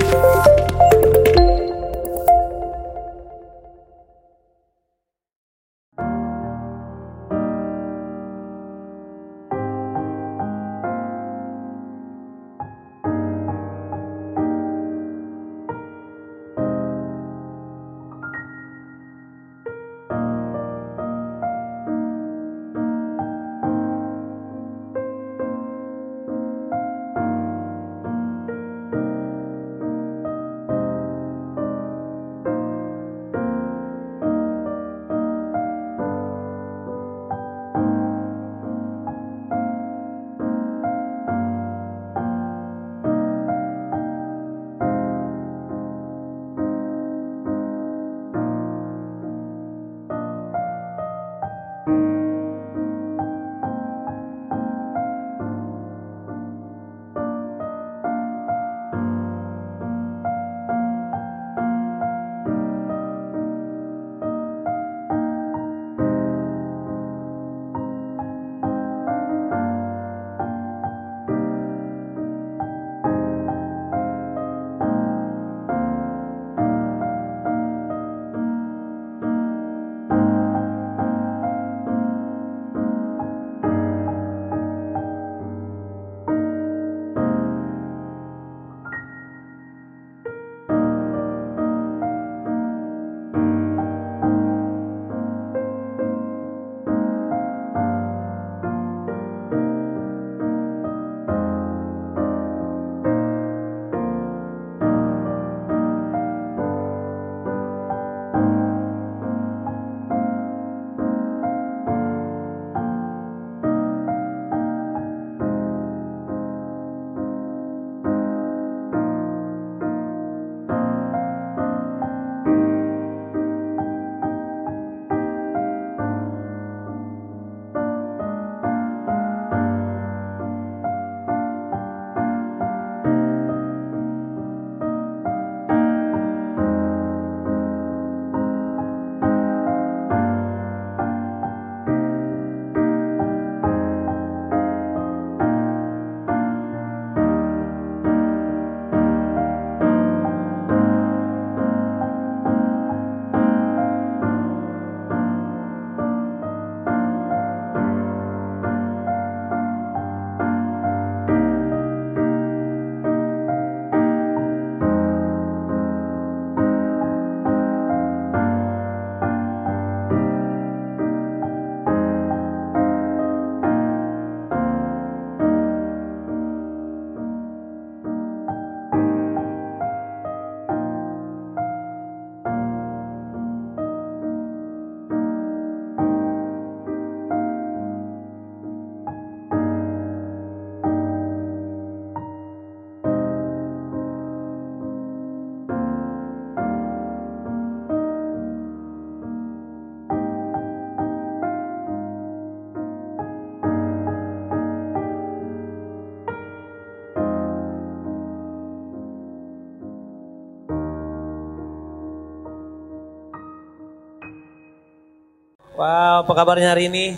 Wow, apa kabarnya hari ini?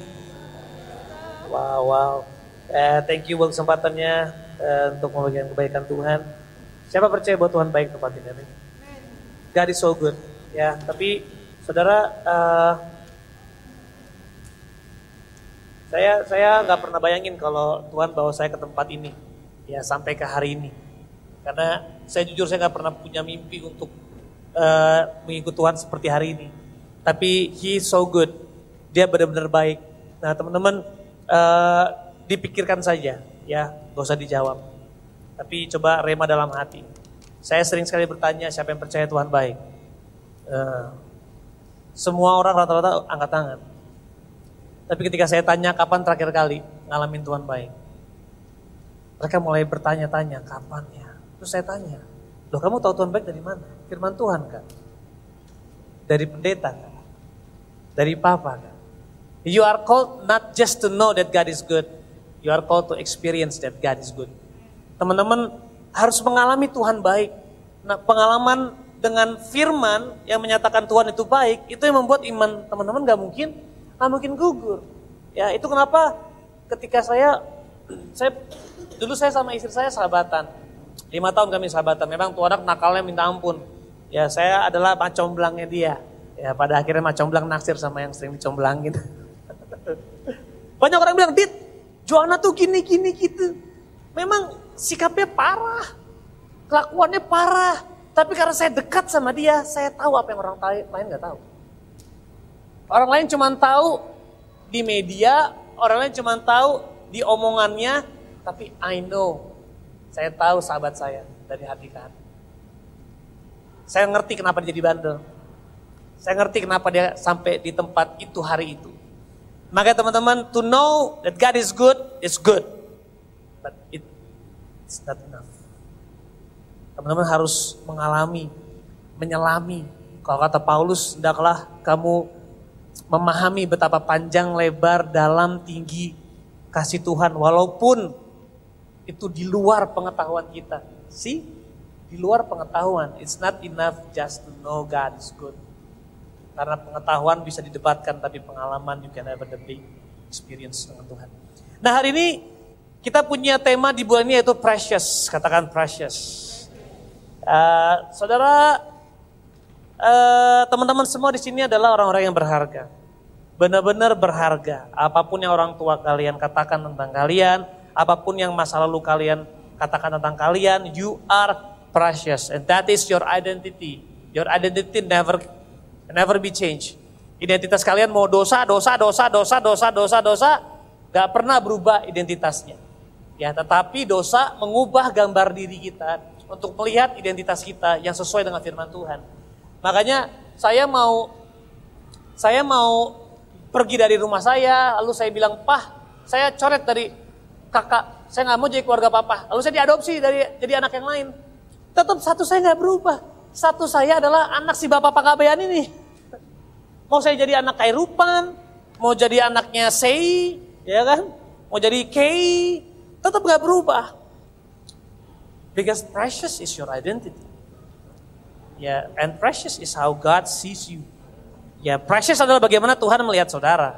Wow. Thank you buat kesempatannya untuk membagikan kebaikan Tuhan. Siapa percaya bahwa Tuhan baik tempat ini? God is so good. Ya, tapi saudara, saya nggak pernah bayangin kalau Tuhan bawa saya ke tempat ini, ya sampai ke hari ini. Karena saya jujur saya nggak pernah punya mimpi untuk mengikut Tuhan seperti hari ini. Tapi He is so good. Dia benar-benar baik. Nah teman-teman, dipikirkan saja, ya, gak usah dijawab. Tapi coba rema dalam hati. Saya sering sekali bertanya siapa yang percaya Tuhan baik. Semua orang rata-rata angkat tangan. Tapi ketika saya tanya kapan terakhir kali ngalamin Tuhan baik, mereka mulai bertanya-tanya kapan ya. Terus saya tanya, loh kamu tahu Tuhan baik dari mana? Firman Tuhan kan? Dari pendeta kan? Dari papa kan? You are called not just to know that God is good, you are called to experience that God is good. Teman-teman harus mengalami Tuhan baik. Nah, pengalaman dengan firman yang menyatakan Tuhan itu baik, itu yang membuat iman teman-teman gak mungkin gugur. Ya, itu kenapa ketika saya dulu sama istri saya sahabatan. 5 tahun kami sahabatan. Memang tuh anak nakalnya minta ampun. Ya saya adalah macomblangnya dia. Ya pada akhirnya macomblang naksir sama yang sering dicomblangin. Banyak orang bilang, Dit, Joanna tuh gini gitu. Memang sikapnya parah. Kelakuannya parah. Tapi karena saya dekat sama dia, saya tahu apa yang orang lain gak tahu. Orang lain cuma tahu di media, orang lain cuma tahu di omongannya, tapi I know. Saya tahu sahabat saya dari hati ke hati. Saya ngerti kenapa dia jadi bandel. Saya ngerti kenapa dia sampai di tempat itu hari itu. Makanya teman-teman, to know that God is good, but it's not enough. Teman-teman harus mengalami, menyelami. Kalau kata Paulus, hendaklah kamu memahami betapa panjang, lebar, dalam, tinggi kasih Tuhan. Walaupun itu di luar pengetahuan kita. See? Di luar pengetahuan. It's not enough just to know God is good. Karena pengetahuan bisa didebatkan, tapi pengalaman you can have the big experience dengan Tuhan. Nah hari ini kita punya tema di bulan ini yaitu precious. Katakan precious. Saudara, teman-teman semua di sini adalah orang-orang yang berharga. Benar-benar berharga. Apapun yang orang tua kalian katakan tentang kalian, apapun yang masa lalu kalian katakan tentang kalian, you are precious. And that is your identity. Your identity never be changed. Identitas kalian mau dosa, gak pernah berubah identitasnya. Ya, tetapi dosa mengubah gambar diri kita untuk melihat identitas kita yang sesuai dengan firman Tuhan. Makanya saya mau pergi dari rumah saya, lalu saya bilang, Pah, saya coret dari kakak, saya gak mau jadi keluarga papa. Lalu saya diadopsi jadi anak yang lain. Tetap satu saya gak berubah. Satu saya adalah anak si bapak Pakabean ini. Mau saya jadi anak Kairupan, mau jadi anaknya Sei, ya kan? Mau jadi Kei, tetap gak berubah. Because precious is your identity. Ya, and precious is how God sees you. Ya, precious adalah bagaimana Tuhan melihat saudara.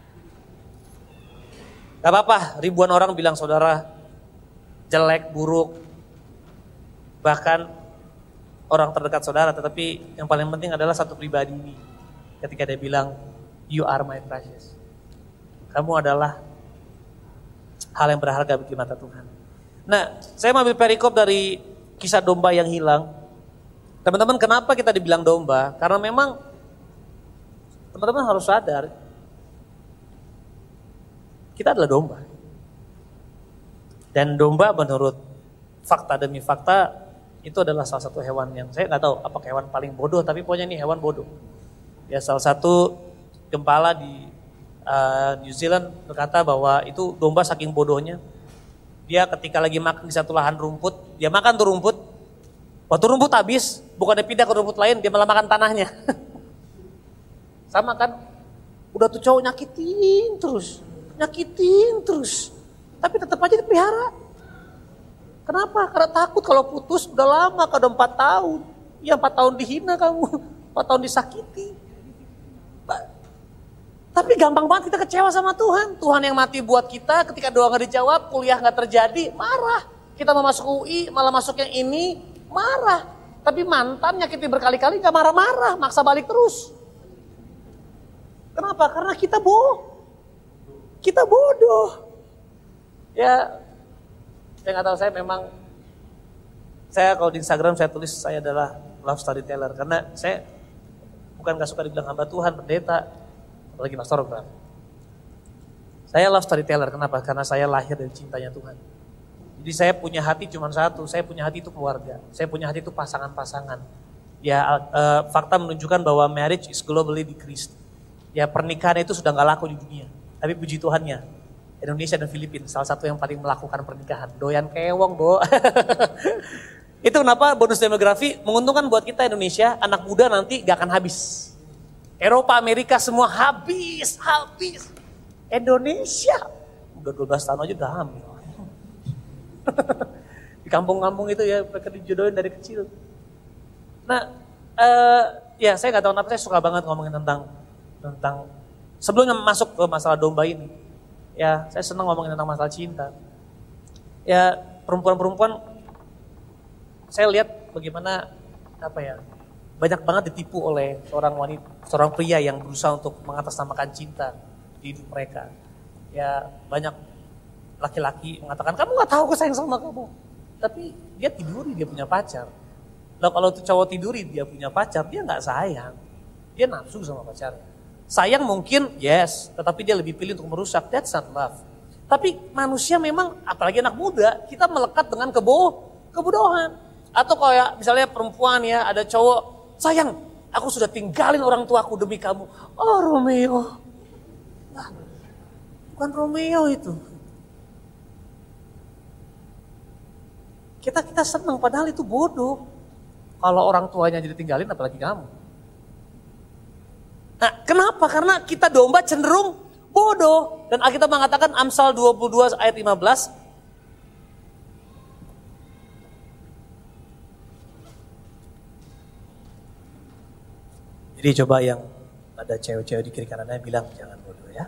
Gak apa-apa, ribuan orang bilang saudara jelek, buruk, bahkan orang terdekat saudara. Tetapi yang paling penting adalah satu pribadi ini. Ketika dia bilang, you are my precious. Kamu adalah hal yang berharga bagi mata Tuhan. Nah, saya ambil perikop dari kisah domba yang hilang. Teman-teman, kenapa kita dibilang domba? Karena memang teman-teman harus sadar, kita adalah domba. Dan domba menurut fakta demi fakta, itu adalah salah satu hewan yang, saya gak tahu apakah hewan paling bodoh, tapi pokoknya ini hewan bodoh. Ya, salah satu gembala di New Zealand berkata bahwa itu domba saking bodohnya, dia ketika lagi makan di satu lahan rumput, dia makan tuh rumput, waktu rumput habis, bukannya pindah ke rumput lain, dia malah makan tanahnya. Sama kan, udah tuh cowok nyakitin terus, tapi tetap aja dipelihara. Kenapa? Karena takut kalau putus udah lama, kalau udah 4 tahun. Ya 4 tahun dihina kamu, 4 tahun disakiti. Tapi gampang banget kita kecewa sama Tuhan. Tuhan yang mati buat kita, ketika doa gak dijawab, kuliah gak terjadi, marah. Kita mau masuk UI, malah masuk yang ini, marah. Tapi mantan nyakitin berkali-kali gak marah-marah, maksa balik terus. Kenapa? Karena kita bodoh. Ya, saya gak tahu, saya kalau di Instagram saya tulis saya adalah love storyteller. Karena saya bukan gak suka dibilang hamba Tuhan, pendeta, apalagi pastoral. Saya love storyteller, kenapa? Karena saya lahir dari cintanya Tuhan. Jadi saya punya hati cuma satu, saya punya hati itu keluarga. Saya punya hati itu pasangan-pasangan. Ya, fakta menunjukkan bahwa marriage is globally decreased. Ya, pernikahan itu sudah gak laku di dunia. Tapi puji Tuhannya, Indonesia dan Filipina salah satu yang paling melakukan pernikahan. Doyan kewong, Bo. Itu kenapa bonus demografi menguntungkan buat kita Indonesia, anak muda nanti gak akan habis. Eropa, Amerika semua habis. Indonesia udah 12 tahun aja udah hamil. Di kampung-kampung itu ya mereka dijodohin dari kecil. Nah, ya saya nggak tahu kenapa saya suka banget ngomongin tentang sebelumnya masuk ke masalah domba ini. Ya, saya senang ngomongin tentang masalah cinta. Ya, perempuan-perempuan Saya lihat bagaimana banyak banget ditipu oleh seorang pria yang berusaha untuk mengatasnamakan cinta di hidup mereka. Ya banyak laki-laki mengatakan, kamu gak tahu aku sayang sama kamu. Tapi dia tiduri dia punya pacar. Lalu kalau itu cowok tiduri dia punya pacar, dia gak sayang. Dia nafsu sama pacarnya. Sayang mungkin, yes, tetapi dia lebih pilih untuk merusak. That's not love. Tapi manusia memang, apalagi anak muda, kita melekat dengan kebodohan. Atau kayak misalnya perempuan ya, ada cowok, sayang, aku sudah tinggalin orang tuaku demi kamu. Oh Romeo. Nah, bukan Romeo itu. Kita senang padahal itu bodoh. Kalau orang tuanya jadi tinggalin apalagi kamu. Nah, kenapa? Karena kita domba cenderung bodoh. Dan Alkitab mengatakan Amsal 22 ayat 15. Jadi coba yang ada cewek-cewek di kiri kanannya bilang jangan bodoh ya.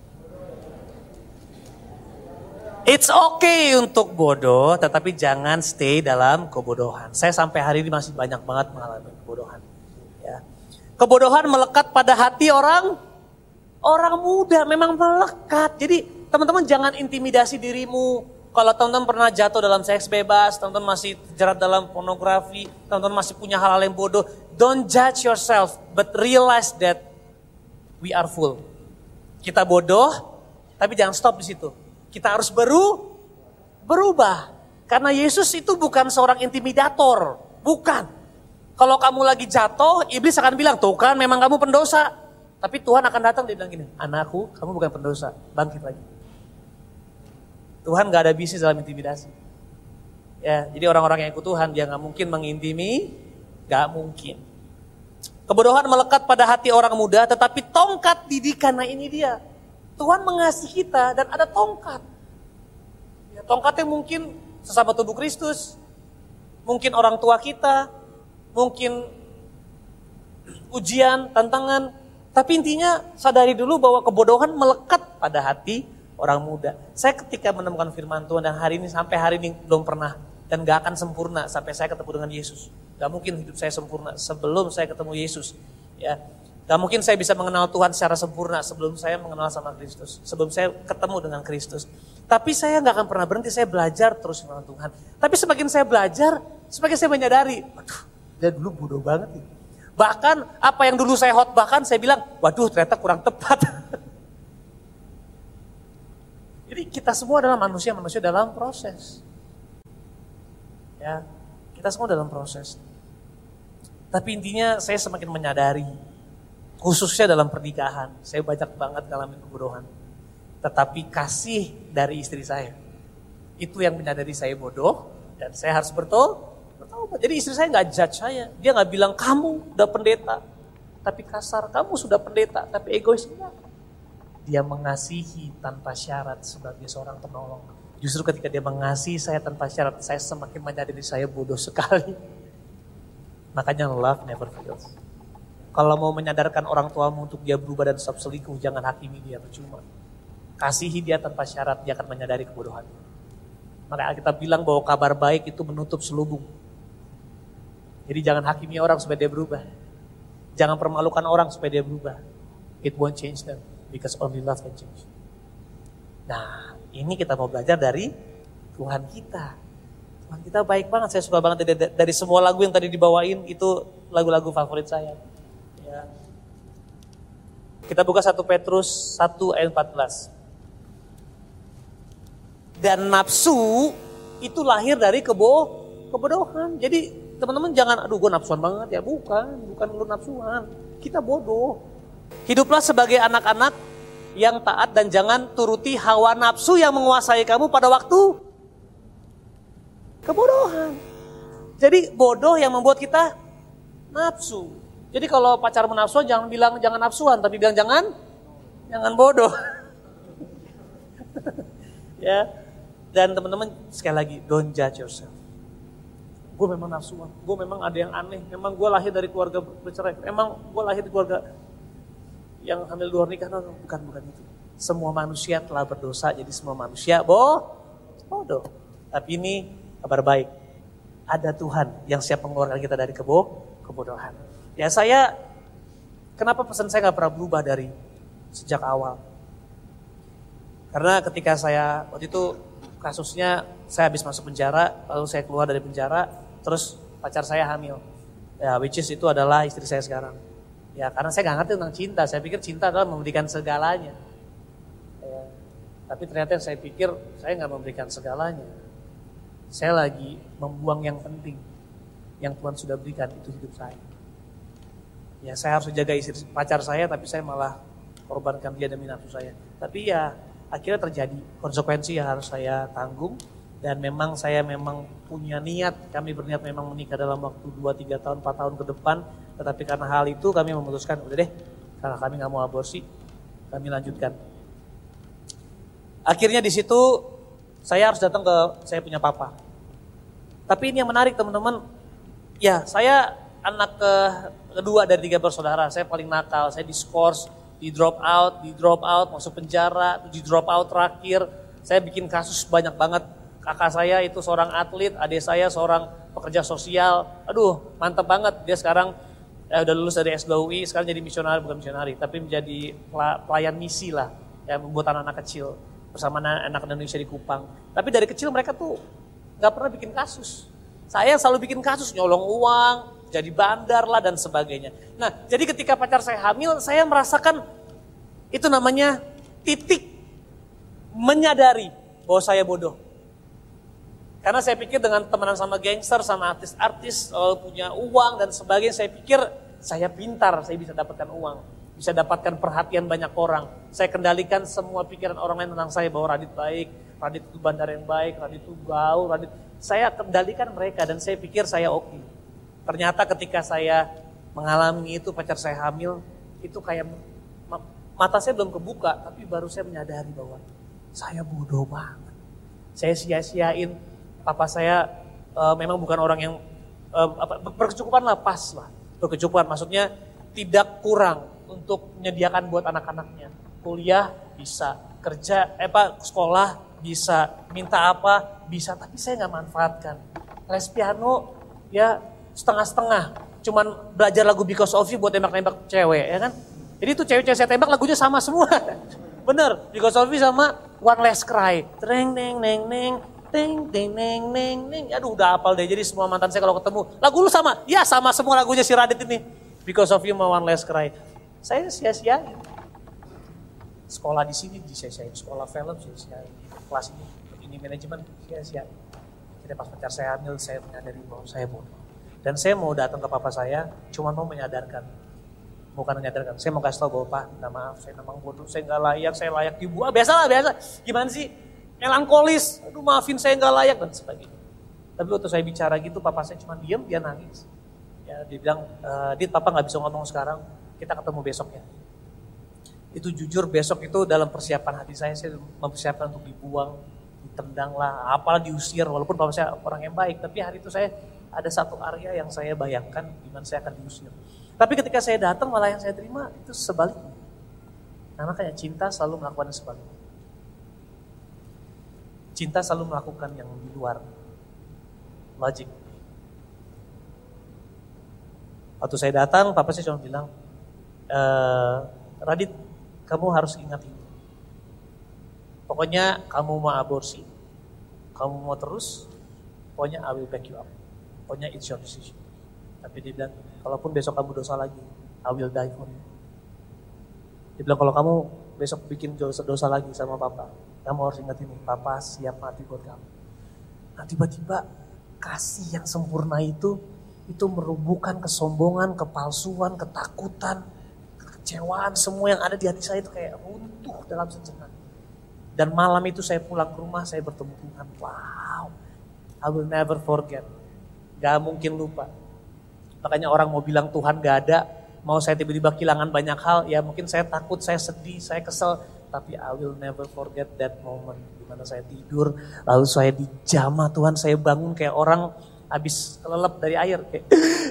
It's okay untuk bodoh, tetapi jangan stay dalam kebodohan. Saya sampai hari ini masih banyak banget mengalami kebodohan. Ya. Kebodohan melekat pada hati orang muda, memang melekat. Jadi teman-teman jangan intimidasi dirimu. Kalau teman-teman pernah jatuh dalam seks bebas, teman-teman masih terjerat dalam pornografi, teman-teman masih punya hal-hal yang bodoh. Don't judge yourself, but realize that we are full. Kita bodoh, tapi jangan stop di situ. Kita harus berubah. Karena Yesus itu bukan seorang intimidator, bukan. Kalau kamu lagi jatuh, iblis akan bilang, tuh kan memang kamu pendosa. Tapi Tuhan akan datang, dia bilang gini, anakku kamu bukan pendosa, bangkit lagi. Tuhan gak ada bisnis dalam intimidasi. Ya, jadi orang-orang yang ikut Tuhan, dia gak mungkin gak mungkin. Kebodohan melekat pada hati orang muda, tetapi tongkat didikan, nah ini dia. Tuhan mengasihi kita dan ada tongkat. Ya, tongkatnya mungkin sesama tubuh Kristus, mungkin orang tua kita, mungkin ujian, tantangan. Tapi intinya sadari dulu bahwa kebodohan melekat pada hati orang muda. Saya ketika menemukan firman Tuhan dan sampai hari ini belum pernah dan gak akan sempurna sampai saya ketemu dengan Yesus. Gak mungkin hidup saya sempurna sebelum saya ketemu Yesus. Ya, gak mungkin saya bisa mengenal Tuhan secara sempurna sebelum saya mengenal sama Kristus. Sebelum saya ketemu dengan Kristus. Tapi saya gak akan pernah berhenti, saya belajar terus dengan Tuhan. Tapi semakin saya belajar, semakin saya menyadari, dia dulu bodoh banget. Bahkan apa yang dulu saya khotbahkan saya bilang, waduh ternyata kurang tepat. Jadi kita semua adalah manusia dalam proses. Ya, kita semua dalam proses. Tapi intinya saya semakin menyadari, khususnya dalam pernikahan, saya banyak banget ngalamin kebodohan. Tetapi kasih dari istri saya, itu yang menyadari saya bodoh dan saya harus bertobat. Jadi istri saya gak judge saya. Dia gak bilang kamu udah pendeta tapi kasar, kamu sudah pendeta tapi egois. Enggak. Dia mengasihi tanpa syarat sebagai seorang penolong. Justru ketika dia mengasihi saya tanpa syarat, saya semakin menyadari saya bodoh sekali. Makanya love never fails. Kalau mau menyadarkan orang tuamu untuk dia berubah dan stop selingkuh, jangan hakimi dia, percuma. Kasihi dia tanpa syarat, dia akan menyadari kebodohan. Maka kita bilang bahwa kabar baik itu menutup selubung. Jadi jangan hakimi orang supaya dia berubah. Jangan permalukan orang supaya dia berubah. It won't change them, because only love can change. Nah, ini kita mau belajar dari Tuhan kita. Tuhan kita baik banget, saya suka banget dari semua lagu yang tadi dibawain, itu lagu-lagu favorit saya. Ya. Kita buka 1 Petrus 1 ayat 14. Dan nafsu itu lahir dari kebodohan. Jadi teman-teman jangan, aduh gue nafsuan banget ya. Bukan lu nafsuan. Kita bodoh. Hiduplah sebagai anak-anak yang taat dan jangan turuti hawa nafsu yang menguasai kamu pada waktu kebodohan. Jadi bodoh yang membuat kita nafsu. Jadi kalau pacar menafsuan jangan bilang jangan nafsuan, tapi bilang jangan bodoh. Ya. Dan teman-teman sekali lagi, don't judge yourself. Gue memang nafsuan, gue memang ada yang aneh, memang gue lahir dari keluarga bercerai, memang gue lahir di keluarga yang hamil luar nikah, bukan itu. Semua manusia telah berdosa, jadi semua manusia bodoh. Tapi ini kabar baik. ada Tuhan yang siap mengeluarkan kita dari kebodohan. Ya kenapa pesan saya gak pernah berubah dari sejak awal. Karena ketika saya, waktu itu kasusnya saya habis masuk penjara, lalu saya keluar dari penjara, terus pacar saya hamil. Ya, which is itu adalah istri saya sekarang. Ya, karena saya gak ngerti tentang cinta, saya pikir cinta adalah memberikan segalanya. Ya, tapi ternyata saya pikir saya gak memberikan segalanya. Saya lagi membuang yang penting, yang Tuhan sudah berikan, itu hidup saya. Ya, saya harus jaga istri pacar saya, tapi saya malah korbankan dia demi nafsu saya. Tapi ya, akhirnya terjadi konsekuensi yang harus saya tanggung. Dan memang saya punya niat, kami berniat memang menikah dalam waktu 2, 3 tahun, 4 tahun ke depan. Tetapi karena hal itu kami memutuskan, udah deh, karena kami gak mau aborsi, kami lanjutkan. Akhirnya di situ saya harus datang ke saya punya papa. Tapi ini yang menarik teman-teman, ya saya anak kedua dari 3 bersaudara, saya paling nakal, saya diskors, di drop out, masuk penjara, di drop out terakhir, saya bikin kasus banyak banget. Kakak saya itu seorang atlet, adik saya seorang pekerja sosial. Aduh, mantap banget. Dia sekarang udah lulus dari S2UI, sekarang jadi misionari, bukan misionari, tapi menjadi pelayan misi lah, ya, membuat anak-anak kecil bersama anak Indonesia di Kupang. Tapi dari kecil mereka tuh nggak pernah bikin kasus. Saya selalu bikin kasus, nyolong uang, jadi bandar lah dan sebagainya. Nah, jadi ketika pacar saya hamil, saya merasakan itu namanya titik menyadari bahwa saya bodoh. Karena saya pikir dengan temenan sama gangster, sama artis-artis, punya uang dan sebagainya, saya pikir saya pintar, saya bisa dapatkan uang. Bisa dapatkan perhatian banyak orang. Saya kendalikan semua pikiran orang lain tentang saya, bahwa Radit baik, Radit itu bandar yang baik, Radit itu gaul, Radit. Saya kendalikan mereka dan saya pikir saya oke. Ternyata ketika saya mengalami itu, pacar saya hamil, itu kayak mata saya belum kebuka, tapi baru saya menyadari bahwa saya bodoh banget. Saya sia-siain. Papa saya memang bukan orang yang berkecukupan lah, pas lah. Berkecukupan maksudnya tidak kurang untuk menyediakan buat anak-anaknya. Kuliah bisa, sekolah bisa, minta apa bisa, tapi saya nggak manfaatkan. Les piano ya setengah-setengah, cuman belajar lagu Because of You buat tembak-tembak cewek, ya kan? Jadi itu cewek-cewek saya tembak lagunya sama semua. Bener, Because of You sama One Last Cry. Treng neng neng neng. Ting, ting, neng, neng, neng. Aduh udah hafal deh, jadi semua mantan saya kalau ketemu, lagu lu sama? Ya sama semua lagunya si Radit ini. Because of You, One Last Cry. Saya sia-siain. Sekolah di sini sia-siain, sekolah film sia-siain, kelas ini manajemen sia-siain. Jadi pas pacar saya hamil, saya menyadari bahwa saya bodoh. Dan saya mau datang ke papa saya, cuma mau menyadarkan. Bukan menyadarkan, saya mau kasih tahu bahwa Pak, minta maaf, saya memang bodoh, saya gak layak, saya layak dibuang. Biasa. Gimana sih? Melankolis, aduh maafin saya gak layak dan sebagainya. Tapi waktu saya bicara gitu, papa saya cuma diam, dia nangis. Ya, dia bilang, Dit, papa gak bisa ngomong sekarang, kita ketemu besok ya. Itu jujur, besok itu dalam persiapan hati saya mempersiapkan untuk dibuang, ditendang lah, apalah diusir, walaupun papa saya orang yang baik. Tapi hari itu saya ada satu area yang saya bayangkan di mana saya akan diusir. Tapi ketika saya datang, malah yang saya terima itu sebaliknya. Karena kayak cinta selalu melakukan sebaliknya. Cinta selalu melakukan yang di luar logik. Waktu saya datang, papa saya cuma bilang, Radit, kamu harus ingat ini. Pokoknya kamu mau aborsi, kamu mau terus, pokoknya I will back you up. Pokoknya it's your decision. Tapi dia bilang, kalaupun besok kamu dosa lagi, I will die for you. Dia bilang, kalau kamu besok bikin dosa lagi sama papa, kamu harus ingat ini, papa siap mati buat kamu. Nah tiba-tiba kasih yang sempurna itu merubuhkan kesombongan, kepalsuan, ketakutan, kekecewaan, semua yang ada di hati saya itu kayak runtuh dalam sejenak. Dan malam itu saya pulang ke rumah, saya bertemu Tuhan. Wow, I will never forget. Gak mungkin lupa. Makanya orang mau bilang Tuhan gak ada, mau saya tiba-tiba kehilangan banyak hal, ya mungkin saya takut, saya sedih, saya kesel. Tapi I will never forget that moment. Dimana saya tidur, lalu saya dijamah Tuhan, saya bangun kayak orang habis kelelep dari air. Kayak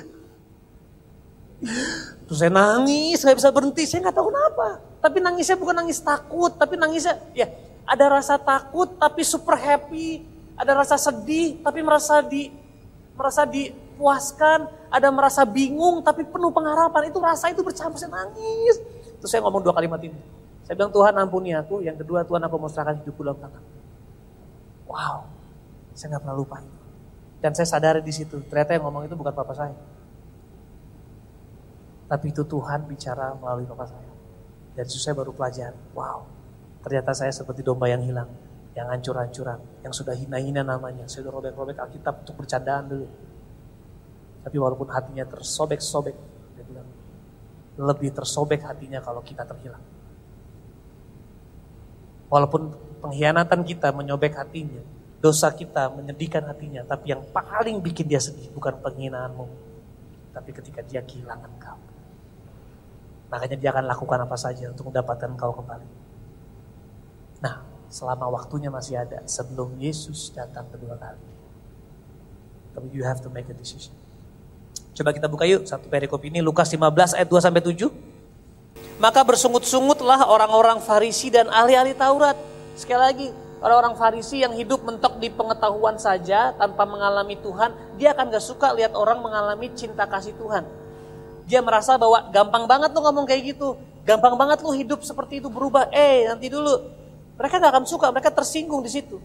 terus saya nangis, gak bisa berhenti, saya gak tahu kenapa. Tapi nangisnya bukan nangis takut, tapi nangisnya ya ada rasa takut tapi super happy. Ada rasa sedih tapi merasa merasa dipuaskan, ada merasa bingung tapi penuh pengharapan. Itu rasa itu bercampur, saya nangis. Terus saya ngomong 2 kalimat ini. Saya bilang, Tuhan ampuni aku. Yang kedua, Tuhan aku mau serahkan hidupku dalam tangan. Wow, saya gak pernah lupa itu. Dan saya sadari di situ, ternyata yang ngomong itu bukan papa saya. Tapi itu Tuhan bicara melalui papa saya. Dan itu saya baru pelajari, wow, ternyata saya seperti domba yang hilang, yang hancur-hancuran, yang sudah hina-hina namanya. Saya udah robek-robek Alkitab untuk bercandaan dulu. Tapi walaupun hatinya tersobek-sobek, dia bilang, lebih tersobek hatinya kalau kita terhilang. Walaupun pengkhianatan kita menyobek hatinya, dosa kita menyedihkan hatinya, tapi yang paling bikin dia sedih bukan penghinaanmu, tapi ketika dia kehilangan kau. Makanya dia akan lakukan apa saja untuk mendapatkan kau kembali. Nah, selama waktunya masih ada, sebelum Yesus datang kedua kali. Tapi you have to make a decision. Coba kita buka yuk, satu perikop ini, Lukas 15 ayat 2-7. Maka bersungut-sungutlah orang-orang Farisi dan ahli-ahli Taurat. Sekali lagi, orang-orang Farisi yang hidup mentok di pengetahuan saja tanpa mengalami Tuhan, dia akan gak suka lihat orang mengalami cinta kasih Tuhan. Dia merasa bahwa gampang banget lu ngomong kayak gitu, gampang banget lu hidup seperti itu berubah. Nanti dulu, mereka gak akan suka, mereka tersinggung di situ.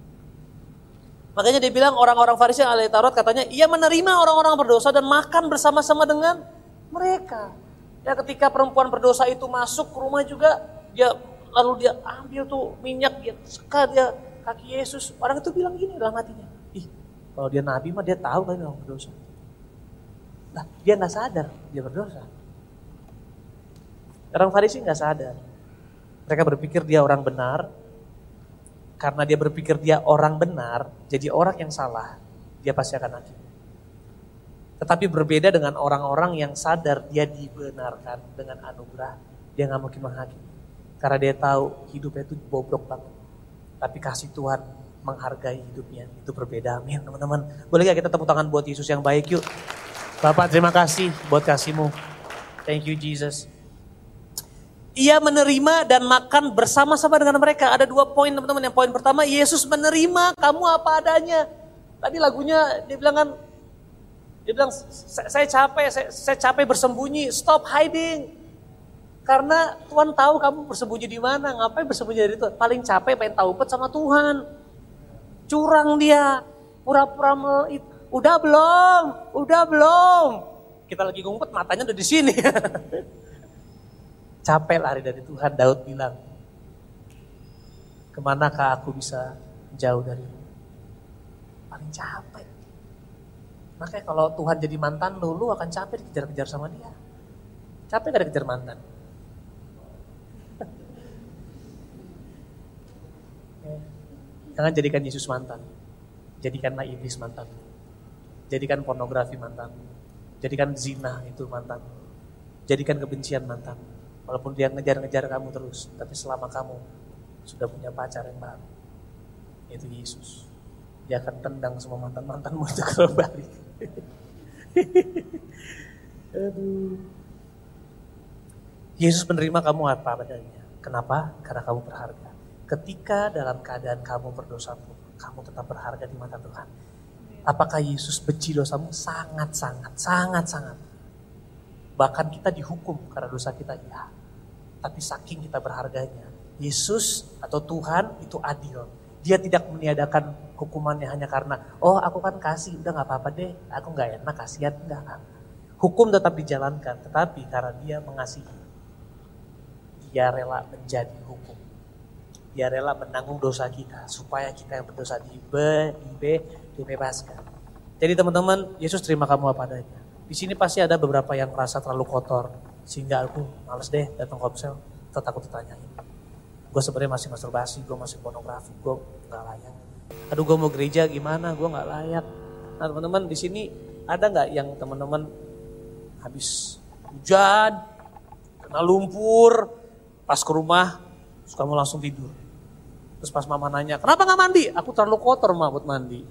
Makanya dia bilang orang-orang Farisi dan ahli Taurat katanya, ia menerima orang-orang berdosa dan makan bersama-sama dengan mereka. Ya ketika perempuan berdosa itu masuk ke rumah juga, lalu dia ambil tuh minyak, dia seka dia kaki Yesus. Orang itu bilang gini dalam hatinya, kalau dia nabi mah dia tahu kan orang berdosa. Nah, dia nggak sadar dia berdosa. Orang Farisi nggak sadar. Mereka berpikir dia orang benar. Karena dia berpikir dia orang benar, jadi orang yang salah, dia pasti akan hakim. Tetapi berbeda dengan orang-orang yang sadar dia dibenarkan dengan anugerah, dia nggak mungkin menghakimi. Karena dia tahu hidupnya itu bobrok banget. Tapi kasih Tuhan menghargai hidupnya, itu berbeda. Amin teman-teman. Boleh gak kita tepuk tangan buat Yesus yang baik yuk. Bapak terima kasih buat kasih-Mu. Thank you Jesus. Ia menerima dan makan bersama-sama dengan mereka. Ada 2 poin teman-teman. Yang poin pertama, Yesus menerima kamu apa adanya. Tadi lagunya dia bilang kan, dia bilang saya capek bersembunyi, stop hiding. Karena Tuhan tahu kamu bersembunyi di mana, ngapain bersembunyi dari Tuhan. Paling capek pengen tahu pet sama Tuhan. Curang dia, pura-pura udah belum. Kita lagi ngumpet matanya udah di sini. Capek lari dari Tuhan. Daud bilang, kemanakah aku bisa jauh darimu? Paling capek. Makanya kalau Tuhan jadi mantan lu akan capek dikejar-kejar sama dia. Capek gak dikejar mantan? Jangan jadikan Yesus mantan. Jadikanlah iblis mantan. Jadikan pornografi mantan. Jadikan zina itu mantan. Jadikan kebencian mantan. Walaupun dia ngejar-ngejar kamu terus, tapi selama kamu sudah punya pacar yang baru, yaitu Yesus, dia akan tendang semua mantan-mantanmu itu kembali. Aduh. Yesus menerima kamu apa adanya. Kenapa? Karena kamu berharga. Ketika dalam keadaan kamu berdosa pun, kamu tetap berharga di mata Tuhan. Apakah Yesus benci dosamu? Sangat. Bahkan kita dihukum karena dosa kita, ya. Tapi saking kita berharganya, Yesus atau Tuhan itu adil. Dia tidak meniadakan hukumannya hanya karena, aku kan kasih, udah gak apa-apa deh, aku gak enak, kasihan, enggak. Hukum tetap dijalankan, tetapi karena dia mengasihi, dia rela menjadi hukum. Dia rela menanggung dosa kita, supaya kita yang berdosa dibebaskan. Jadi teman-teman, Yesus terima kamu apa adanya. Di sini pasti ada beberapa yang merasa terlalu kotor, sehingga aku males deh datang komsel, takut ditanyain. Gue sebenarnya masih masturbasi, gue masih pornografi, gue nggak layak. Aduh, gue mau gereja gimana, gue nggak layak. Nah teman-teman, di sini ada nggak yang teman-teman habis hujan, kena lumpur, pas ke rumah, terus kamu langsung tidur. Terus pas mama nanya, kenapa nggak mandi? Aku terlalu kotor mah buat mandi.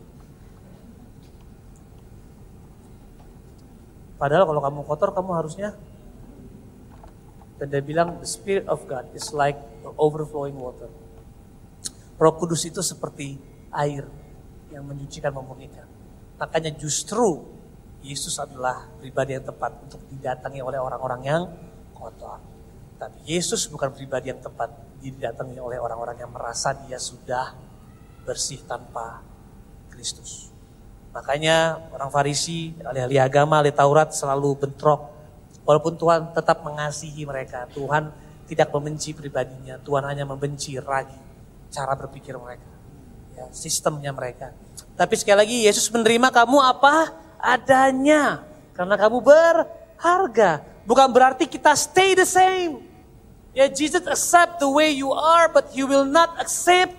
Padahal kalau kamu kotor, kamu harusnya. Dan dia bilang, the Spirit of God is like the overflowing water. Roh Kudus itu seperti air yang menyucikan, memurnikan. Makanya justru Yesus adalah pribadi yang tepat untuk didatangi oleh orang-orang yang kotor. Tapi Yesus bukan pribadi yang tepat didatangi oleh orang-orang yang merasa dia sudah bersih tanpa Kristus. Makanya orang Farisi, ahli-ahli agama, ahli Taurat selalu bentrok. Walaupun Tuhan tetap mengasihi mereka, Tuhan tidak membenci pribadinya, Tuhan hanya membenci ragi, cara berpikir mereka, ya, sistemnya mereka. Tapi sekali lagi Yesus menerima kamu apa adanya, karena kamu berharga. Bukan berarti kita stay the same. Ya, Jesus accept the way you are, but He will not accept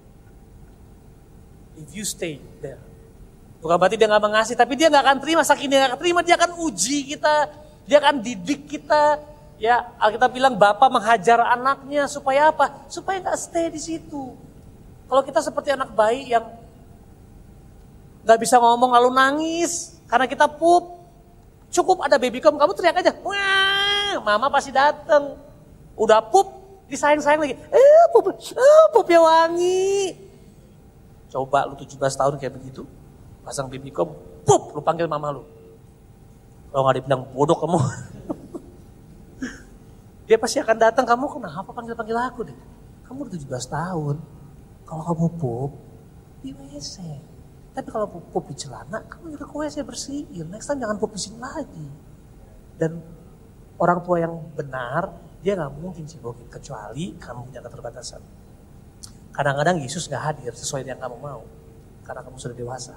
if you stay there. Bukan berarti dia gak mengasihi, tapi dia gak akan terima. Saking dia gak akan terima, dia akan uji kita. Dia akan didik kita. Ya, Alkitab bilang Bapa menghajar anaknya supaya apa? Supaya gak stay di situ. Kalau kita seperti anak bayi yang gak bisa ngomong lalu nangis karena kita pup. Cukup ada babycom, kamu teriak aja. Wah, mama pasti datang. Udah pup, disayang-sayang lagi. Pupnya wangi. Coba lu 17 tahun kayak begitu. Pasang babycom, pup, lu panggil mama lu. Kalau gak dibilang bodoh kamu. Dia pasti akan datang, kamu kenapa panggil-panggil aku deh. Kamu udah 17 tahun. Kalau kamu pup, di WC. Tapi kalau pup di celana, kamu juga ke WC bersihin. Next time jangan pup di sini lagi. Dan orang tua yang benar, dia gak mungkin cipokin. Kecuali kamu punya keterbatasan. Kadang-kadang Yesus gak hadir sesuai yang kamu mau. Karena kamu sudah dewasa.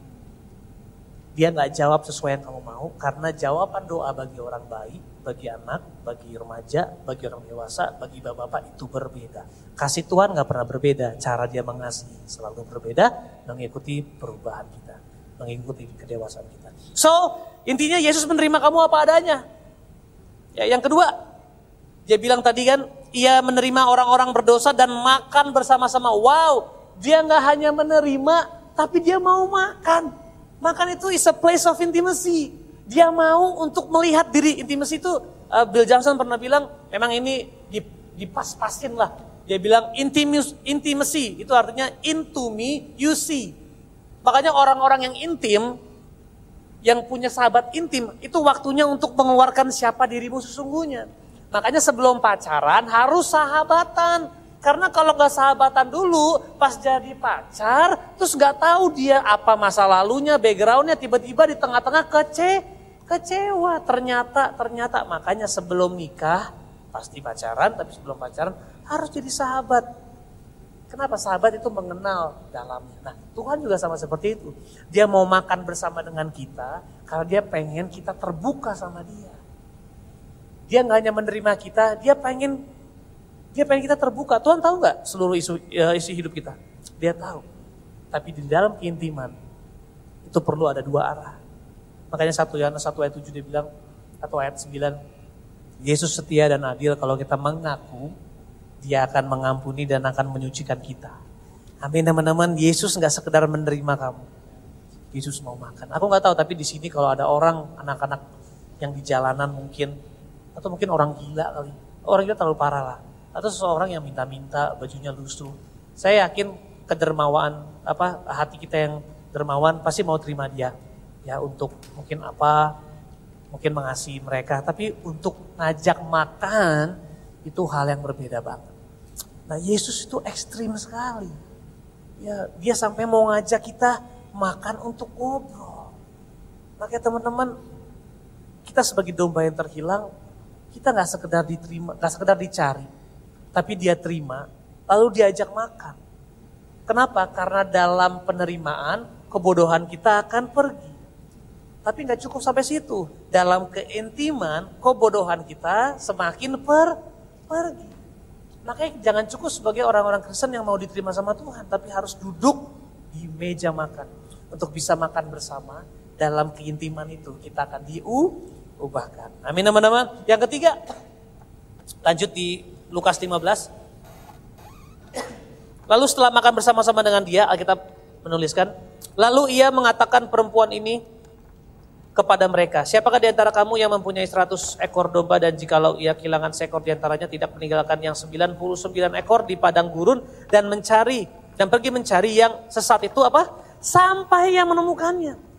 Dia gak jawab sesuai yang kamu mau. Karena jawaban doa bagi orang bayi, bagi anak, bagi remaja, bagi orang dewasa, bagi bapak-bapak itu berbeda. Kasih Tuhan gak pernah berbeda. Cara dia mengasihi selalu berbeda. Mengikuti perubahan kita. Mengikuti kedewasaan kita. So, intinya Yesus menerima kamu apa adanya. Ya, yang kedua, dia bilang tadi kan, ia menerima orang-orang berdosa dan makan bersama-sama. Wow, dia gak hanya menerima, tapi dia mau makan. Makan itu is a place of intimacy. Dia mau untuk melihat diri. Intimacy itu, Bill Johnson pernah bilang, memang ini dipas-pasin lah. Dia bilang intimacy, itu artinya into me, you see. Makanya orang-orang yang intim, yang punya sahabat intim, itu waktunya untuk mengeluarkan siapa dirimu sesungguhnya. Makanya sebelum pacaran harus sahabatan. Karena kalau gak sahabatan dulu, pas jadi pacar, terus gak tahu dia apa masa lalunya, backgroundnya, tiba-tiba di tengah-tengah kecewa. Ternyata, makanya sebelum nikah, pasti pacaran, tapi sebelum pacaran harus jadi sahabat. Kenapa? Sahabat itu mengenal dalamnya. Nah, Tuhan juga sama seperti itu. Dia mau makan bersama dengan kita, karena dia pengen kita terbuka sama dia. Dia gak hanya menerima kita, dia pengen kita terbuka. Tuhan tahu gak seluruh isi hidup kita? Dia tahu. Tapi di dalam keintiman, itu perlu ada dua arah. Makanya 1 Yohanes 1 ayat 7 dia bilang, atau ayat 9, Yesus setia dan adil kalau kita mengaku, dia akan mengampuni dan akan menyucikan kita. Amin teman-teman, Yesus gak sekedar menerima kamu. Yesus mau makan. Aku gak tahu, tapi di sini kalau ada orang, anak-anak yang di jalanan mungkin, atau mungkin orang gila kali. Orang gila terlalu parah lah. Atau seseorang yang minta-minta bajunya lusuh. Saya yakin kedermawaan hati kita yang dermawan pasti mau terima dia. Ya untuk mungkin mungkin mengasihi mereka. Tapi untuk ngajak makan itu hal yang berbeda banget. Nah Yesus itu ekstrim sekali. Ya dia sampai mau ngajak kita makan untuk ngobrol. Makanya teman-teman, kita sebagai domba yang terhilang, kita gak sekedar diterima, gak sekedar dicari. Tapi dia terima, lalu diajak makan. Kenapa? Karena dalam penerimaan, kebodohan kita akan pergi. Tapi gak cukup sampai situ. Dalam keintiman, kebodohan kita semakin pergi. Makanya jangan cukup sebagai orang-orang Kristen yang mau diterima sama Tuhan. Tapi harus duduk di meja makan. Untuk bisa makan bersama, dalam keintiman itu kita akan diubahkan. Amin teman-teman. Yang ketiga, lanjut di Lukas 15. Lalu setelah makan bersama-sama dengan dia, Alkitab menuliskan, lalu ia mengatakan perempuan ini kepada mereka, siapakah di antara kamu yang mempunyai 100 ekor domba dan jikalau ia kehilangan seekor di antaranya tidak meninggalkan yang 99 ekor di padang gurun dan pergi mencari yang sesat itu sampai yang menemukannya.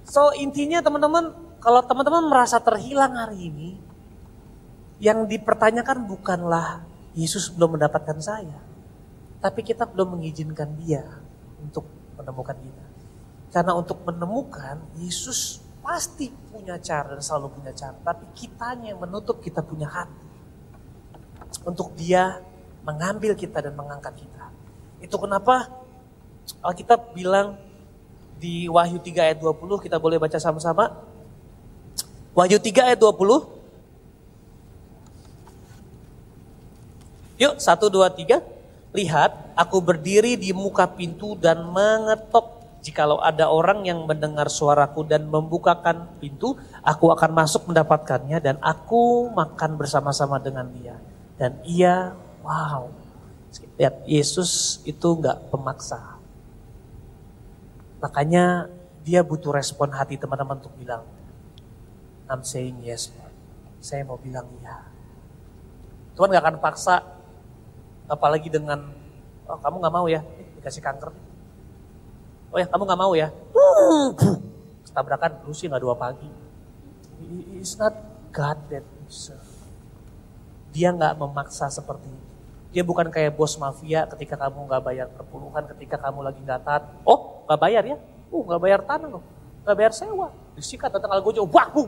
So intinya teman-teman, kalau teman-teman merasa terhilang hari ini, yang dipertanyakan bukanlah Yesus belum mendapatkan saya, tapi kita belum mengizinkan dia untuk menemukan kita. Karena untuk menemukan, Yesus pasti punya cara dan selalu punya cara. Tapi kitanya yang menutup kita punya hati. Untuk dia mengambil kita dan mengangkat kita. Itu kenapa Alkitab bilang di Wahyu 3 ayat 20, kita boleh baca sama-sama. Wahyu 3 ayat 20. Yuk 1, 2, 3. Lihat, aku berdiri di muka pintu dan mengetok. Jikalau ada orang yang mendengar suaraku dan membukakan pintu, aku akan masuk mendapatkannya dan aku makan bersama-sama dengan dia. Dan ia, wow, lihat Yesus itu enggak pemaksa. Makanya dia butuh respon hati teman-teman untuk bilang, I'm saying yes Lord. Saya mau bilang iya. Tuhan gak akan paksa, apalagi dengan, oh kamu gak mau ya, dikasih kanker. Oh ya kamu gak mau ya, tabrakan lu sih gak 2 pagi. It's not God that you serve. Dia gak memaksa seperti itu. Dia bukan kayak bos mafia ketika kamu gak bayar perpuluhan, ketika kamu lagi gak taat. Oh gak bayar ya, gak bayar tanah loh, gak bayar sewa. Disikat datang algojo, bakbu.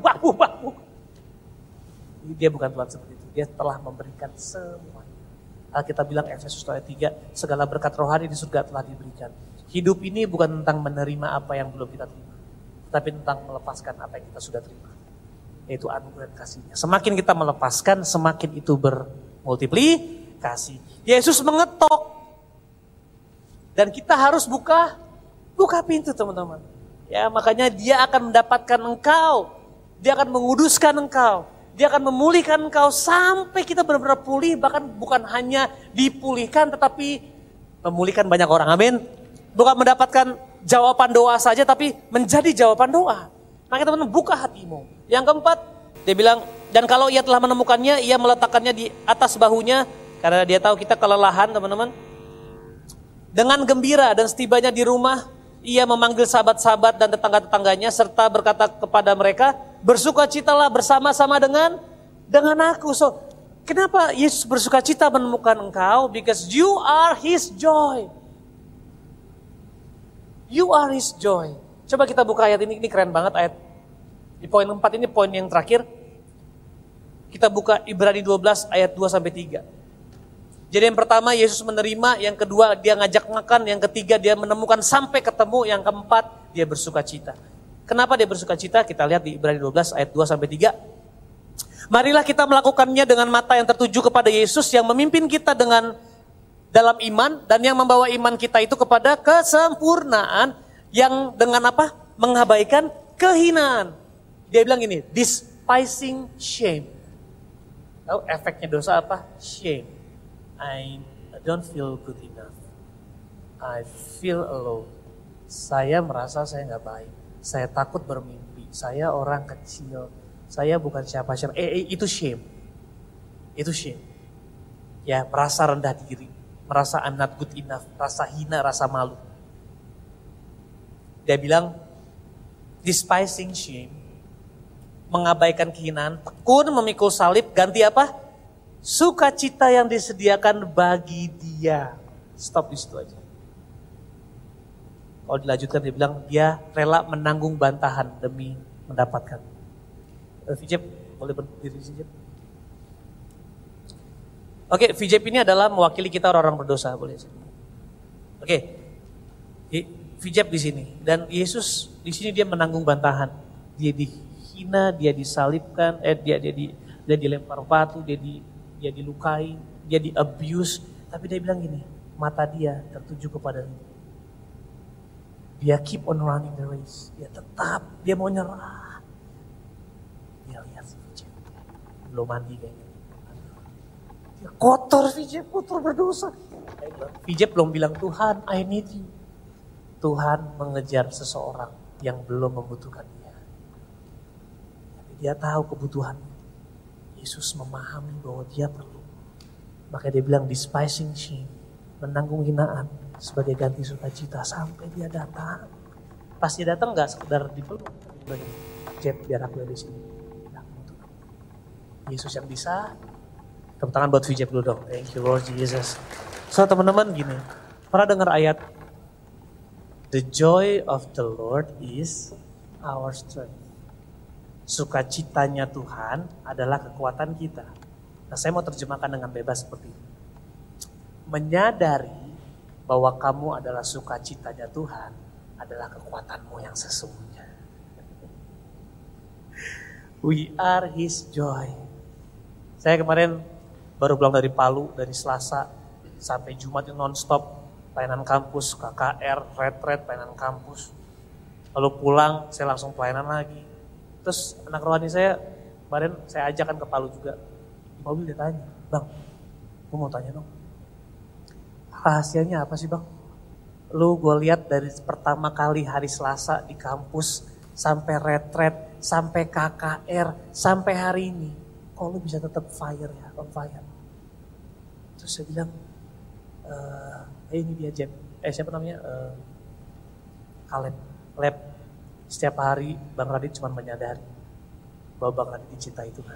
Dia bukan Tuhan seperti itu, dia telah memberikan semua. Kita bilang Efesus ayat 3, segala berkat rohani di surga telah diberikan. Hidup ini bukan tentang menerima apa yang belum kita terima, tapi tentang melepaskan apa yang kita sudah terima, yaitu anugerah kasihnya. Semakin kita melepaskan, semakin itu bermultiplikasi. Yesus mengetok, dan kita harus buka pintu teman-teman. Ya makanya dia akan mendapatkan engkau, dia akan menguduskan engkau, dia akan memulihkan engkau sampai kita benar-benar pulih, bahkan bukan hanya dipulihkan tetapi memulihkan banyak orang. Amin. Bukan mendapatkan jawaban doa saja, tapi menjadi jawaban doa. Makanya teman-teman buka hatimu. Yang keempat, dia bilang, dan kalau ia telah menemukannya, ia meletakkannya di atas bahunya, karena dia tahu kita kelelahan teman-teman. Dengan gembira dan setibanya di rumah, ia memanggil sahabat-sahabat dan tetangga-tetangganya, serta berkata kepada mereka, bersukacitalah bersama-sama dengan aku. So, kenapa Yesus bersukacita menemukan engkau? Because you are His joy. You are His joy. Coba kita buka ayat ini keren banget ayat. Di poin 4 ini poin yang terakhir. Kita buka Ibrani 12 ayat 2-3. Jadi yang pertama Yesus menerima, yang kedua dia ngajak makan, yang ketiga dia menemukan sampai ketemu, yang keempat dia bersukacita. Kenapa dia bersukacita? Kita lihat di Ibrani 12 ayat 2-3. Marilah kita melakukannya dengan mata yang tertuju kepada Yesus yang memimpin kita dengan dalam iman dan yang membawa iman kita itu kepada kesempurnaan, yang dengan apa? Mengabaikan kehinaan. Dia bilang gini, despising shame. Tahu efeknya dosa apa? Shame. I don't feel good enough. I feel alone. Saya merasa saya gak baik. Saya takut bermimpi. Saya orang kecil. Saya bukan siapa-siapa. Itu shame. Itu shame. Ya, merasa rendah diri. Merasa I'm not good enough, rasa hina, rasa malu. Dia bilang, despising shame, mengabaikan kehinaan, tekun memikul salib, ganti apa? Sukacita yang disediakan bagi dia. Stop di situ aja. Kalau dilanjutkan dia bilang, dia rela menanggung bantahan demi mendapatkan. Vijep, boleh berdiri Vijep? Oke, Vijep ini adalah mewakili kita orang-orang berdosa, boleh. Oke, Vijep di sini dan Yesus di sini dia menanggung bantahan. Dia dihina, dia disalibkan, dia dilempar batu, dia dilukai, dia di-abuse. Tapi dia bilang gini, mata dia tertuju kepada dia. Dia keep on running the race. Dia tetap, dia mau nyerah. Dia lihat si Vijep, belum mandi kayaknya. Kotor Vijep, kotor berdosa. Vijep belum bilang, Tuhan I need you. Tuhan mengejar seseorang yang belum membutuhkan dia. Tapi dia tahu kebutuhannya. Yesus memahami bahwa dia perlu. Maka dia bilang despising shame, menanggung hinaan sebagai ganti sukacita sampai dia datang. Pas dia datang gak sekedar dipeluk. Jet, biar aku di sini. Yesus yang bisa. Tepuk tangan buat VJ dulu dong. Thank you Lord Jesus. So teman-teman gini, pernah dengar ayat The joy of the Lord is our strength. Sukacitanya Tuhan adalah kekuatan kita. Nah, saya mau terjemahkan dengan bebas seperti ini. Menyadari bahwa kamu adalah sukacitanya Tuhan adalah kekuatanmu yang sesungguhnya. We are His joy. Saya kemarin baru pulang dari Palu, dari Selasa sampai Jumat non-stop. Pelayanan kampus, KKR, retret, pelayanan kampus. Lalu pulang, saya langsung pelayanan lagi. Terus anak rohani saya, kemarin saya ajakkan ke Palu juga. Di mobil dia tanya, Bang, gue mau tanya dong. Rahasianya apa sih Bang? Lu gue lihat dari pertama kali hari Selasa di kampus, sampai retret, sampai KKR, sampai hari ini. Kok lu bisa tetap fire ya, on fire? Terus saya bilang, ini dia Jen, siapa namanya, Kaleb, Lab. Setiap hari Bang Radit cuma menyadari bahwa Bang Radit dicintai Tuhan.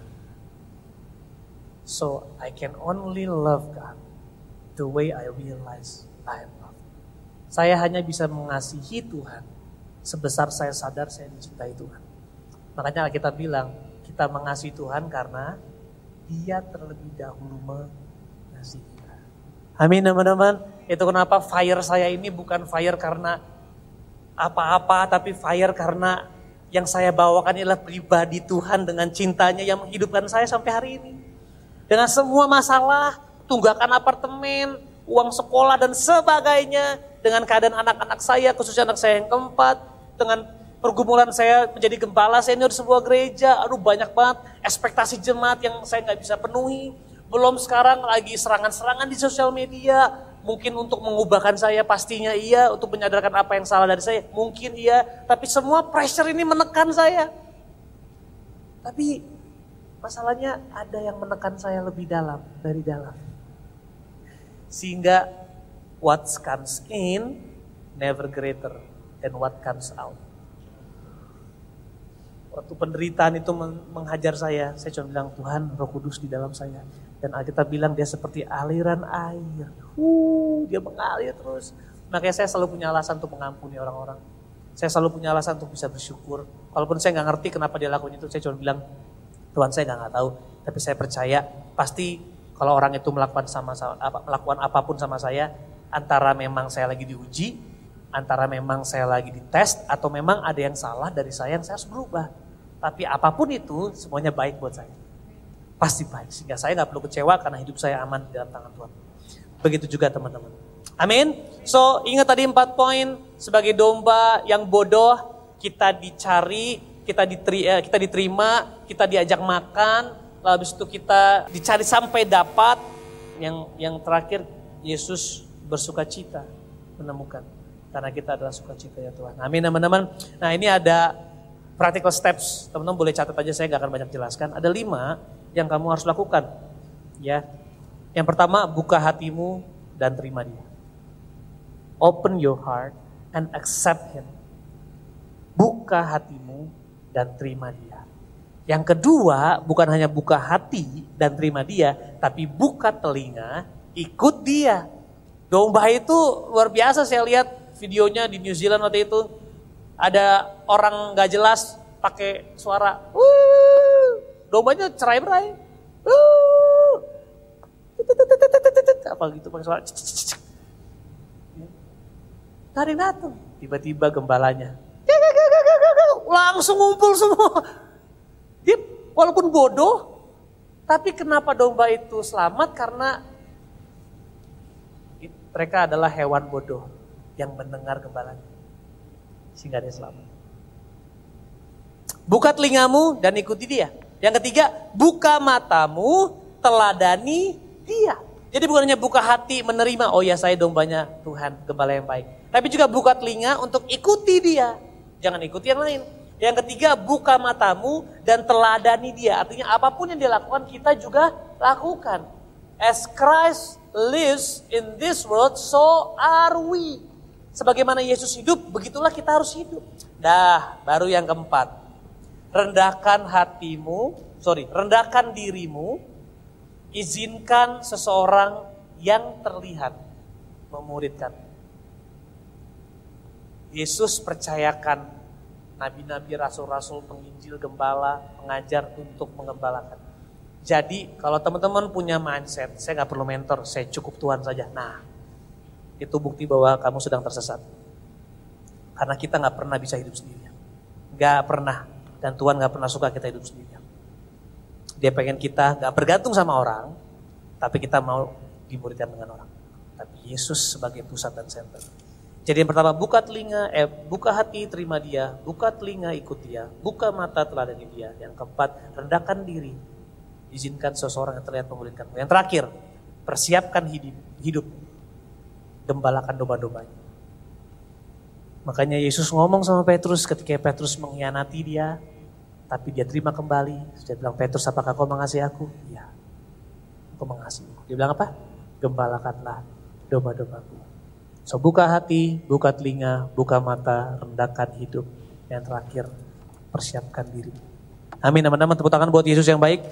So I can only love God the way I realize I am loved. Saya hanya bisa mengasihi Tuhan sebesar saya sadar saya dicintai Tuhan. Makanya kita bilang kita mengasihi Tuhan karena Dia terlebih dahulu mengasihi kita. Amin teman-teman. Itu kenapa fire saya ini bukan fire karena apa-apa, tapi fire karena yang saya bawakan adalah pribadi Tuhan dengan cintanya yang menghidupkan saya sampai hari ini. Dengan semua masalah, tunggakan apartemen, uang sekolah dan sebagainya, dengan keadaan anak-anak saya, khususnya anak saya yang keempat, dengan pergumulan saya menjadi gembala senior sebuah gereja, aduh banyak banget ekspektasi jemaat yang saya nggak bisa penuhi. Belum sekarang lagi serangan-serangan di sosial media, mungkin untuk mengubahkan saya pastinya iya, untuk menyadarkan apa yang salah dari saya mungkin iya, tapi semua pressure ini menekan saya. Tapi masalahnya ada yang menekan saya lebih dalam, dari dalam. Sehingga what comes in never greater than what comes out. Waktu penderitaan itu menghajar saya cuma bilang Tuhan Roh Kudus di dalam saya. Dan Alkitab bilang dia seperti aliran air. Dia mengalir terus. Makanya saya selalu punya alasan untuk mengampuni orang-orang. Saya selalu punya alasan untuk bisa bersyukur. Walaupun saya gak ngerti kenapa dia lakukan itu, saya cuma bilang Tuhan saya gak tahu. Tapi saya percaya pasti kalau orang itu melakukan apapun sama saya, antara memang saya lagi diuji, antara memang saya lagi dites, atau memang ada yang salah dari saya yang saya harus berubah. Tapi apapun itu semuanya baik buat saya. Pasti baik, sehingga saya gak perlu kecewa karena hidup saya aman di dalam tangan Tuhan. Begitu juga teman-teman. Amin. So ingat tadi 4 poin, sebagai domba yang bodoh, kita dicari, kita diterima, kita diajak makan, lalu habis itu kita dicari sampai dapat. Yang terakhir, Yesus bersukacita menemukan. Karena kita adalah sukacita ya Tuhan. Amin teman-teman. Nah ini ada practical steps, teman-teman boleh catat aja, saya gak akan banyak jelaskan. Ada 5 yang kamu harus lakukan. Ya. Yang pertama, buka hatimu dan terima Dia. Open your heart and accept Him. Buka hatimu dan terima Dia. Yang kedua, bukan hanya buka hati dan terima Dia, tapi buka telinga, ikut Dia. Domba itu luar biasa, saya lihat videonya di New Zealand waktu itu. Ada orang gak jelas pakai suara, dombanya cerai-berai, apa gitu pakai suara, gak ada yang datang. Tiba-tiba gembalanya, langsung ngumpul semua. Dia walaupun bodoh, tapi kenapa domba itu selamat? Karena mereka adalah hewan bodoh yang mendengar gembalanya. Sehingga dia selamat. Buka telingamu dan ikuti Dia. Yang ketiga, buka matamu, teladani Dia. Jadi bukan hanya buka hati menerima, oh ya saya dombanya Tuhan, gembala yang baik. Tapi juga buka telinga untuk ikuti Dia. Jangan ikuti yang lain. Yang ketiga, buka matamu dan teladani Dia. Artinya apapun yang Dia lakukan, kita juga lakukan. As Christ lives in this world, so are we. Sebagaimana Yesus hidup, begitulah kita harus hidup. Baru yang keempat. Rendahkan dirimu, izinkan seseorang yang terlihat memuridkan. Yesus percayakan nabi-nabi, rasul-rasul, penginjil, gembala, pengajar untuk mengembalakan. Jadi kalau teman-teman punya mindset, saya gak perlu mentor, saya cukup Tuhan saja. Nah, itu bukti bahwa kamu sedang tersesat. Karena kita gak pernah bisa hidup sendirian. Gak pernah. Dan Tuhan gak pernah suka kita hidup sendirian. Dia pengen kita gak bergantung sama orang, tapi kita mau dimuridkan dengan orang. Tapi Yesus sebagai pusat dan center. Jadi yang pertama, buka hati, terima dia. Buka telinga, ikut dia. Buka mata, teladani dia. Yang keempat, rendahkan diri. Izinkan seseorang yang terlihat memuridkanmu. Yang terakhir, persiapkan hidup. Gembalakan domba-dombanya. Makanya Yesus ngomong sama Petrus ketika Petrus mengkhianati dia. Tapi dia terima kembali. Dia bilang, Petrus, apakah kau mengasihi aku? Iya, aku mengasihimu. Dia bilang apa? Gembalakanlah domba-dombaku. So, buka hati, buka telinga, buka mata, rendahkan hidup. Yang terakhir, persiapkan diri. Amin, teman-teman. Tepuk tangan buat Yesus yang baik.